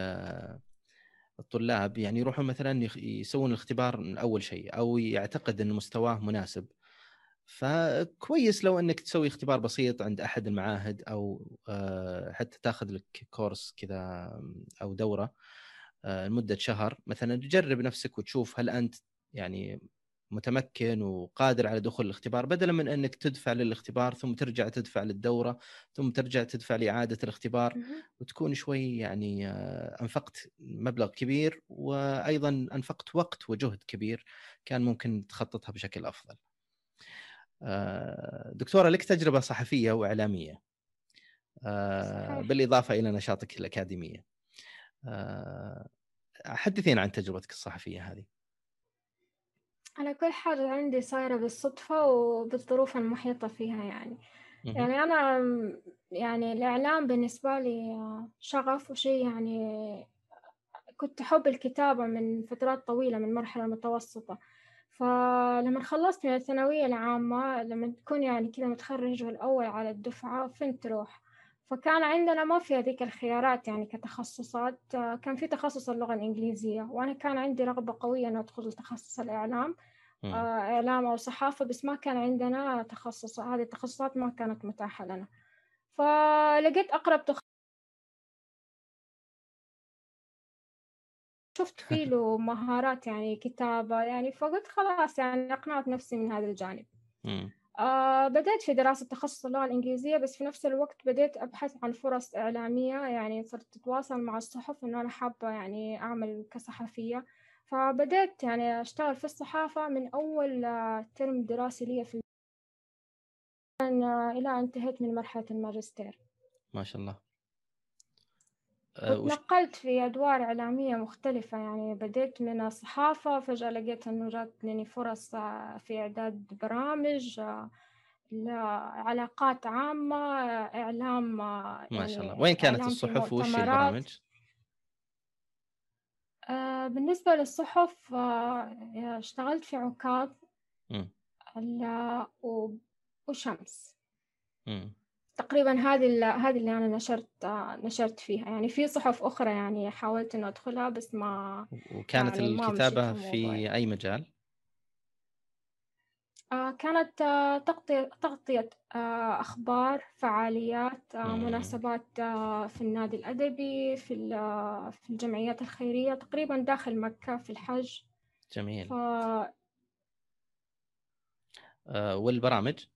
B: الطلاب يعني يروحون مثلا يسوون الاختبار من اول شيء، او يعتقد ان مستواه مناسب، فكويس لو انك تسوي اختبار بسيط عند احد المعاهد، او حتى تاخذ لك كورس كذا او دوره لمده شهر مثلا، تجرب نفسك وتشوف هل انت يعني متمكن وقادر على دخول الاختبار، بدلا من انك تدفع للاختبار ثم ترجع تدفع للدوره ثم ترجع تدفع لاعاده الاختبار، وتكون شوي يعني انفقت مبلغ كبير، وايضا انفقت وقت وجهد كبير كان ممكن تخططها بشكل افضل. دكتورة، لك تجربة صحفية وإعلامية
A: صحيح.
B: بالإضافة إلى نشاطك الأكاديمية، حدثينا عن تجربتك الصحفية هذه.
A: على كل حاجة عندي صايرة بالصدفة وبالظروف المحيطة فيها يعني. يعني أنا يعني الإعلام بالنسبة لي شغف وشيء يعني. كنت أحب الكتابة من فترات طويلة من مرحلة متوسطة، فلما خلصت من الثانوية العامة لما تكون يعني كذا متخرج والأول على الدفعة فين تروح؟ فكان عندنا ما في هذيك الخيارات يعني كتخصصات. كان في تخصص اللغة الإنجليزية، وأنا كان عندي رغبة قوية أن أدخل تخصص الإعلام، إعلام أو صحافة، بس ما كان عندنا تخصص، هذه التخصصات ما كانت متاحة لنا. فلقيت أقرب شفت فيه له مهارات يعني كتابة يعني، فقلت خلاص يعني أقنعت نفسي من هذا الجانب. بدأت في دراسة تخصص اللغة الإنجليزية، بس في نفس الوقت بدأت أبحث عن فرص إعلامية، يعني صرت أتواصل مع الصحف إنه أنا حابة يعني أعمل كصحفية. فبدأت يعني أشتغل في الصحافة من أول ترم دراسي لي في إلى أن انتهيت من مرحلة الماجستير.
B: ما شاء الله.
A: وتنقلت في أدوار إعلامية مختلفة، يعني بديت من الصحافة، فجأة لقيت أنه جاتني فرص في إعداد برامج، علاقات عامة، إعلام،
B: ما شاء الله.
A: يعني
B: وين كانت
A: إعلام في
B: الصحف وش
A: مؤتمرات.
B: البرامج؟
A: بالنسبة للصحف اشتغلت في عكاظ وشمس. تقريبا هذه اللي أنا نشرت فيها، يعني في صحف أخرى يعني حاولت إنه أدخلها بس ما
B: وكانت
A: يعني ما مشيت في
B: الكتابة
A: الموضوع
B: في
A: يعني.
B: أي مجال؟
A: كانت تغطية أخبار، فعاليات، مناسبات في النادي الأدبي، في الجمعيات الخيرية، تقريبا داخل مكة في الحج.
B: جميل. والبرامج؟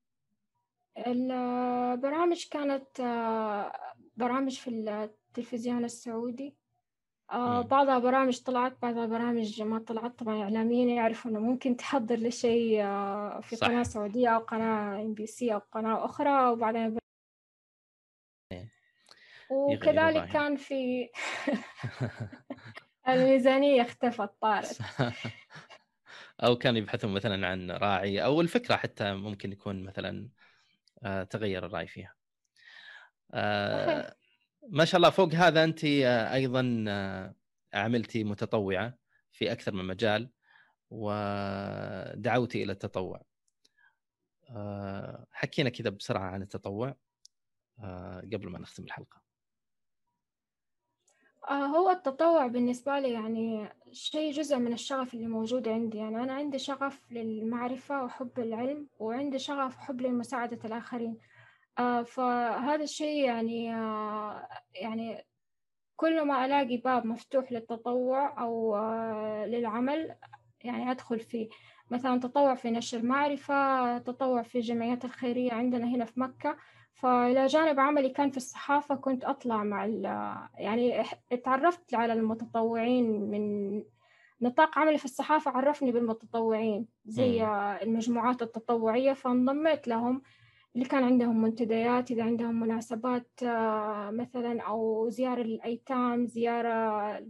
A: البرامج كانت برامج في التلفزيون السعودي، بعضها برامج طلعت، بعضها برامج ما طلعت. طبعا إعلاميين يعرفوا إنه ممكن تحضر لشيء في
B: صح.
A: قناة سعودية أو قناة MBC أو قناة أخرى، وبعدين وكذلك
B: يغيروا
A: كان في الميزانية اختفت، طارت.
B: أو كانوا يبحثون مثلا عن راعي، أو الفكرة حتى ممكن يكون مثلا تغير الرأي فيها.
A: صحيح.
B: ما شاء الله. فوق هذا أنت أيضا عملتي متطوعة في أكثر من مجال، ودعوتي إلى التطوع. حكينا كذا بسرعة عن التطوع قبل ما نختم الحلقة.
A: هو التطوع بالنسبة لي يعني شيء جزء من الشغف اللي موجود عندي. يعني أنا عندي شغف للمعرفة وحب العلم، وعندي شغف وحب لمساعدة الآخرين. فهذا الشيء يعني كل ما ألاقي باب مفتوح للتطوع أو للعمل يعني أدخل فيه. مثلا تطوع في نشر معرفة، تطوع في الجمعيات الخيرية عندنا هنا في مكة. فإلى جانب عملي كان في الصحافة كنت أطلع مع يعني اتعرفت على المتطوعين من نطاق عملي في الصحافة، عرفني بالمتطوعين زي المجموعات التطوعية، فانضميت لهم. اللي كان عندهم منتديات، إذا عندهم مناسبات مثلا أو زيارة للأيتام، زيارة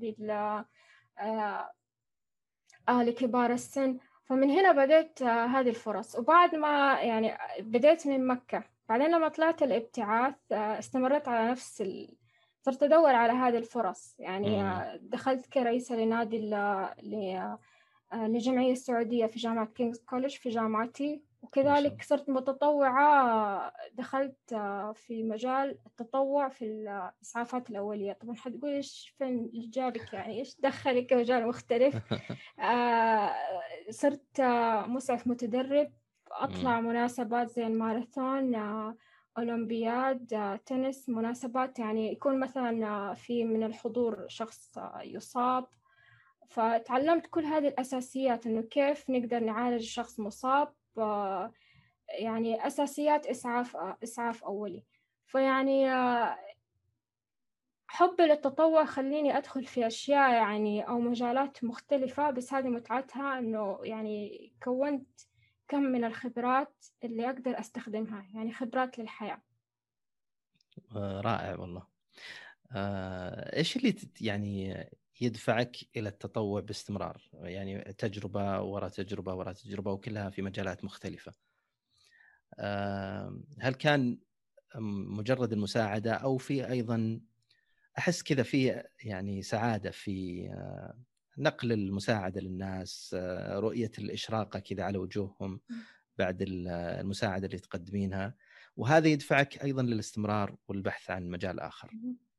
A: لكبار السن. فمن هنا بدأت هذه الفرص. وبعد ما يعني بدأت من مكة، بعدين لما طلعت الابتعاث استمرت على صرت أدور على هذه الفرص. يعني دخلت كرئيسة لنادي للجمعية السعودية في جامعة كينغز كوليدج في جامعتي، وكذلك صرت متطوعة. دخلت في مجال التطوع في الإسعافات الأولية. طبعا حتقول إيش فين جابك، يعني إيش دخلك مجال مختلف؟ صرت مسعف متدرب، أطلع مناسبات زي الماراثون، أولمبياد، تنس، مناسبات يعني يكون مثلا في من الحضور شخص يصاب. فتعلمت كل هذه الأساسيات، إنه كيف نقدر نعالج شخص مصاب، يعني أساسيات إسعاف أولي. فيعني حبي للتطوع خليني أدخل في أشياء يعني أو مجالات مختلفة، بس هذه متعتها إنه يعني كونت كم من الخبرات اللي أقدر أستخدمها، يعني خبرات للحياة.
B: رائع والله. إيش اللي يعني يدفعك إلى التطوع باستمرار؟ يعني تجربة وراء تجربة وراء تجربة وكلها في مجالات مختلفة. هل كان مجرد المساعدة أو في أيضا أحس كذا في يعني سعادة في نقل المساعدة للناس، رؤية الإشراقة كذا على وجوههم بعد المساعدة اللي تقدمينها، وهذا يدفعك أيضا للاستمرار والبحث عن مجال آخر؟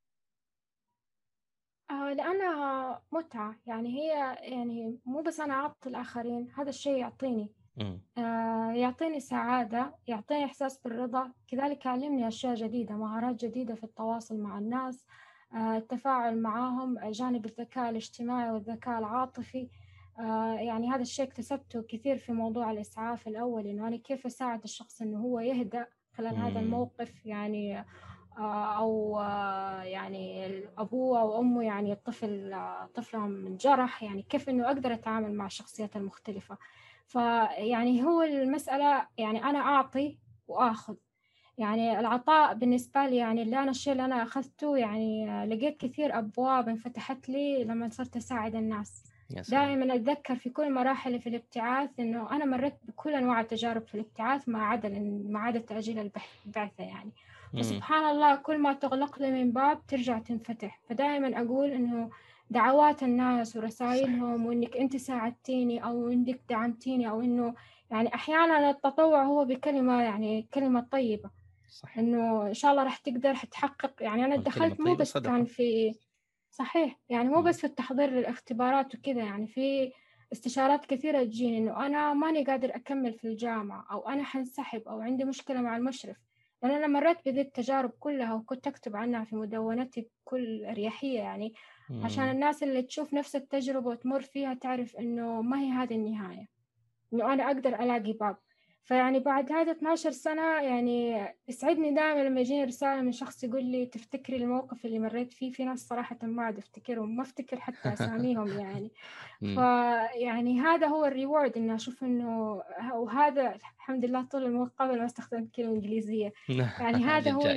A: لأنها متعة. يعني هي يعني مو بس أنا أعطي الآخرين، هذا الشيء يعطيني يعطيني سعادة، يعطيني إحساس بالرضا، كذلك يعلمني أشياء جديدة، مهارات جديدة في التواصل مع الناس، التفاعل معهم، جانب الذكاء الاجتماعي والذكاء العاطفي. يعني هذا الشيء اكتسبته كثير في موضوع الإسعاف الأول، إنه أنا كيف أساعد الشخص إنه هو يهدأ خلال هذا الموقف. يعني أو يعني أبوه أو أمه، يعني طفلهم انجرح، يعني كيف إنه أقدر أتعامل مع الشخصيات المختلفة. فيعني هو المسألة يعني أنا أعطي وآخذ. يعني العطاء بالنسبة لي يعني الشيء اللي أنا أخذته، يعني لقيت كثير أبواب انفتحت لي لما صرت أساعد الناس. دائما أتذكر في كل مراحل في الابتعاث إنه أنا مريت بكل أنواع التجارب في الابتعاث، ما عدا تأجيل البعثة يعني. فسبحان الله كل ما تغلق لي من باب ترجع تنفتح. فدائما أقول إنه دعوات الناس ورسائلهم، وإنك أنت ساعدتيني أو إنك دعمتيني، أو إنه يعني أحيانا التطوع هو بكلمة، يعني كلمة طيبة. صح. إنه إن شاء الله راح تقدر تحقق. يعني أنا دخلت مو بس كان في صحيح، يعني مو بس في التحضير للاختبارات وكذا، يعني في استشارات كثيرة تجيني إنه أنا ماني قادر أكمل في الجامعة، أو أنا حنسحب، أو عندي مشكلة مع المشرف. لأن أنا مريت بذي التجارب كلها وكنت أكتب عنها في مدونتي بكل أريحية، يعني عشان الناس اللي تشوف نفس التجربة وتمر فيها تعرف إنه ما هي هذه النهاية، إنه أنا أقدر ألاقي باب. فيعني بعد هذا 12 سنة يعني يسعدني دائما لما يجيني رسالة من شخص يقول لي تفتكري الموقف اللي مريت فيه. في ناس صراحة ما عاد أفتكرهم، ما أفتكر حتى أساميهم يعني. فيعني هذا هو الريورد، إنه أشوف إنه، وهذا الحمد لله طول المقابلة ما استخدمت كلمة إنجليزية. يعني هذا هو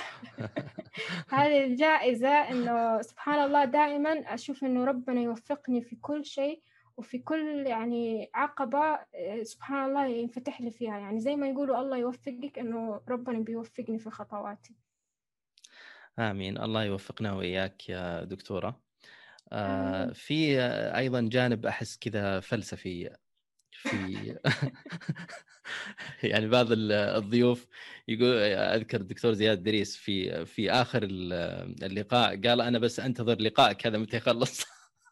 A: هذه الجائزة، إنه سبحان الله دائما أشوف إنه ربنا يوفقني في كل شيء، وفي كل يعني عقبة سبحان الله ينفتح لي فيها. يعني زي ما يقولوا الله يوفقك، إنه ربنا بيوفقني في خطواتي.
B: آمين. الله يوفقنا وإياك يا دكتورة. في أيضا جانب أحس كذا فلسفي في يعني بعض الضيوف يقول، أذكر الدكتور زياد دريس في آخر اللقاء قال أنا بس أنتظر لقائك هذا متى يخلص.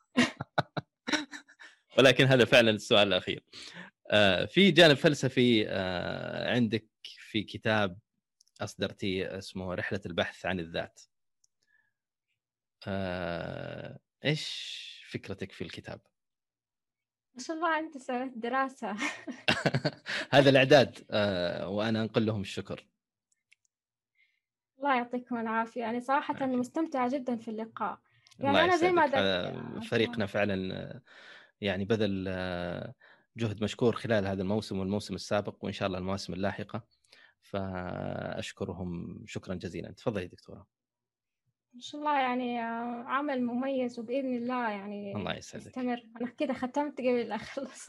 B: ولكن هذا فعلا السؤال الأخير. في جانب فلسفي عندك في كتاب أصدرتي اسمه رحلة البحث عن الذات. إيش فكرتك في الكتاب؟
A: ما شاء الله أنت سويت دراسة.
B: هذا الإعداد، وأنا أنقل لهم الشكر.
A: الله يعطيكم العافية، يعني صراحة مستمتعة جدا في اللقاء. يعني
B: الله
A: أنا زي ما
B: يسعدك. فريقنا فعلا يعني بذل جهد مشكور خلال هذا الموسم والموسم السابق، وإن شاء الله المواسم اللاحقة، فأشكرهم شكرا جزيلا. تفضلي دكتورة.
A: إن شاء الله يعني عمل مميز، وبإذن الله يعني
B: الله يسعدك.
A: استمر. أنا كده ختمت قبل لا أخلص.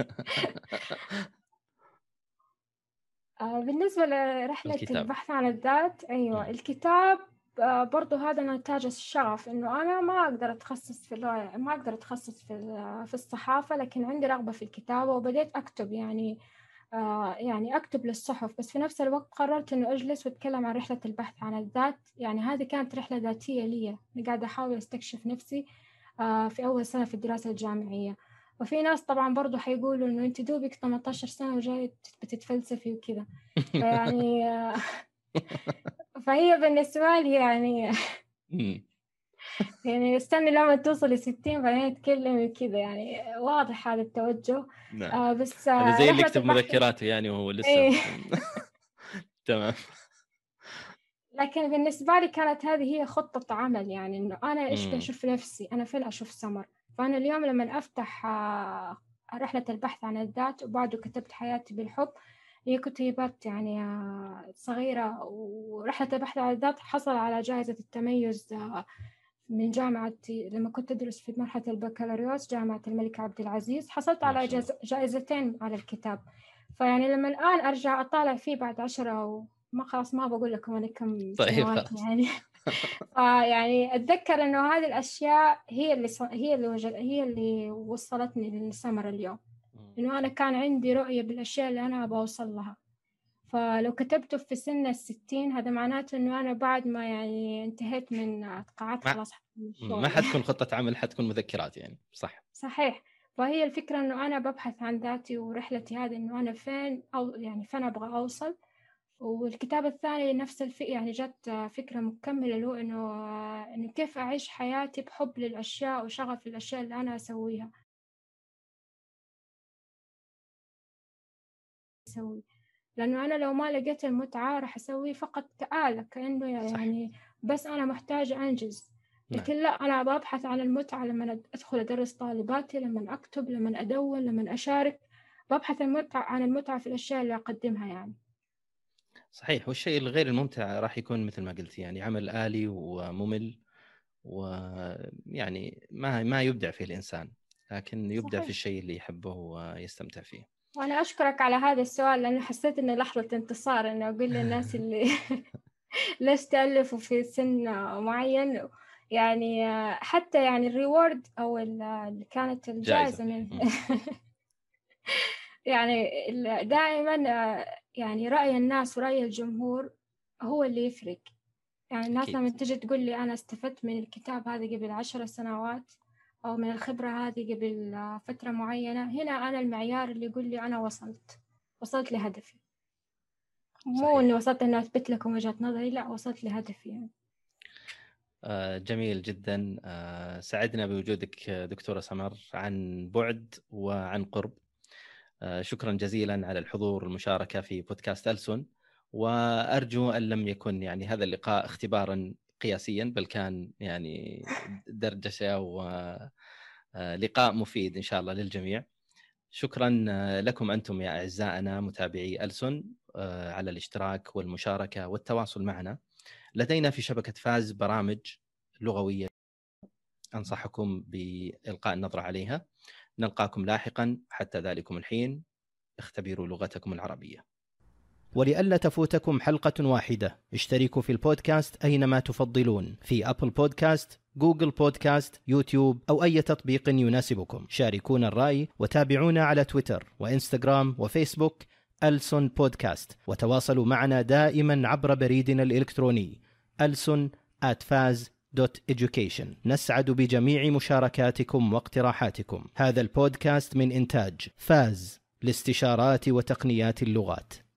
A: بالنسبة لرحلة البحث عن الذات، أيوة الكتاب برضو هذا نتاج الشغف، إنه أنا ما أقدر أتخصص في اللغة، ما أقدر أتخصص في الصحافة، لكن عندي رغبة في الكتابة وبديت أكتب يعني أكتب للصحف. بس في نفس الوقت قررت إنه أجلس وأتكلم عن رحلة البحث عن الذات. يعني هذه كانت رحلة ذاتية لي، أنا قاعدة أحاول أستكشف نفسي في أول سنة في الدراسة الجامعية. وفي ناس طبعا برضو حيقولوا إنه أنت دوبك 18 سنة وجاي بتتفلسفي وكذا. فيعني فهي بالنسبة لي يعني استني لما توصلي 60 بعدين تتكلمي كذا، يعني واضح هذا التوجه. بس
B: هذا زي اللي يكتب مذكراته يعني وهو لسه تمام.
A: لكن بالنسبة لي كانت هذه هي خطة عمل، يعني إنه أنا إيش بشوف نفسي، أنا فين أشوف سمر. فأنا اليوم لما أفتح رحلة البحث عن الذات وبعده كتبت حياتي بالحب، هي كتيبات يعني صغيرة. ورحلة البحث عن الذات حصل على جائزة التميز من جامعة، لما كنت أدرس في مرحلة البكالوريوس جامعة الملك عبد العزيز، حصلت على جائزتين على الكتاب. فيعني لما الآن أرجع أطالع فيه بعد 10 ما خلاص ما بقول لكم أنا كم سنوات يعني. يعني أتذكر إنه هذه الأشياء هي اللي وصلتني للسمر اليوم، إنه أنا كان عندي رؤية بالأشياء اللي أنا بوصل لها. فلو كتبته في سن 60 هذا معناته إنه أنا بعد ما يعني انتهيت من قاعات خلاص
B: ما حتكون خطة عمل، حتكون مذكرات يعني.
A: صحيح. فهي الفكرة إنه أنا ببحث عن ذاتي ورحلتي هذه، إنه أنا فين أو يعني فين أبغى أوصل. والكتاب الثاني نفس يعني جت فكرة مكملة له، إنه كيف أعيش حياتي بحب للأشياء وشغف للأشياء اللي أنا أسويها. لأنه أنا لو ما لقيت المتعة راح أسوي فقط كآلة، كأنه يعني بس أنا محتاجة أنجز. لكن لا، أنا ببحث عن المتعة لما أدخل أدرس طالباتي، لما أكتب، لما أدون، لما أشارك، ببحث عن المتعة في الأشياء اللي أقدمها يعني.
B: صحيح. والشيء الغير الممتع راح يكون مثل ما قلت يعني عمل آلي وممل، ويعني ما يبدع فيه الإنسان، لكن يبدع في الشيء اللي يحبه ويستمتع فيه.
A: وأنا أشكرك على هذا السؤال، لأنه حسيت إنه لحظة انتصار إنه أقول للناس اللي ليش تألفوا في سن معين. يعني حتى يعني الريورد أو اللي كانت الجائزة من يعني دائما يعني رأي الناس ورأي الجمهور هو اللي يفرق. يعني الناس لما تجي تقول لي أنا استفدت من الكتاب هذا قبل 10 سنوات أو من الخبرة هذه قبل فترة معينة، هنا أنا المعيار اللي يقول لي أنا وصلت لهدفي. مو إني وصلت إني أثبت لكم وجهة نظري، لا، وصلت لهدفي يعني.
B: جميل جدا. سعدنا بوجودك دكتورة سمر عن بعد وعن قرب. شكرا جزيلا على الحضور والمشاركة في بودكاست ألسن، وأرجو أن لم يكن يعني هذا اللقاء اختبارا قياسيا، بل كان يعني دردشة ولقاء مفيد إن شاء الله للجميع. شكرا لكم أنتم يا أعزائنا متابعي ألسن على الاشتراك والمشاركة والتواصل معنا. لدينا في شبكة فاز برامج لغوية أنصحكم بإلقاء النظرة عليها. نلقاكم لاحقا، حتى ذلكم الحين اختبروا لغتكم العربية.
C: ولئلا تفوتكم حلقة واحدة، اشتركوا في البودكاست أينما تفضلون، في أبل بودكاست، جوجل بودكاست، يوتيوب أو أي تطبيق يناسبكم. شاركونا الرأي وتابعونا على تويتر وإنستغرام وفيسبوك ألسن بودكاست، وتواصلوا معنا دائما عبر بريدنا الإلكتروني alsun@faz.education. نسعد بجميع مشاركاتكم واقتراحاتكم. هذا البودكاست من إنتاج فاز لاستشارات وتقنيات اللغات.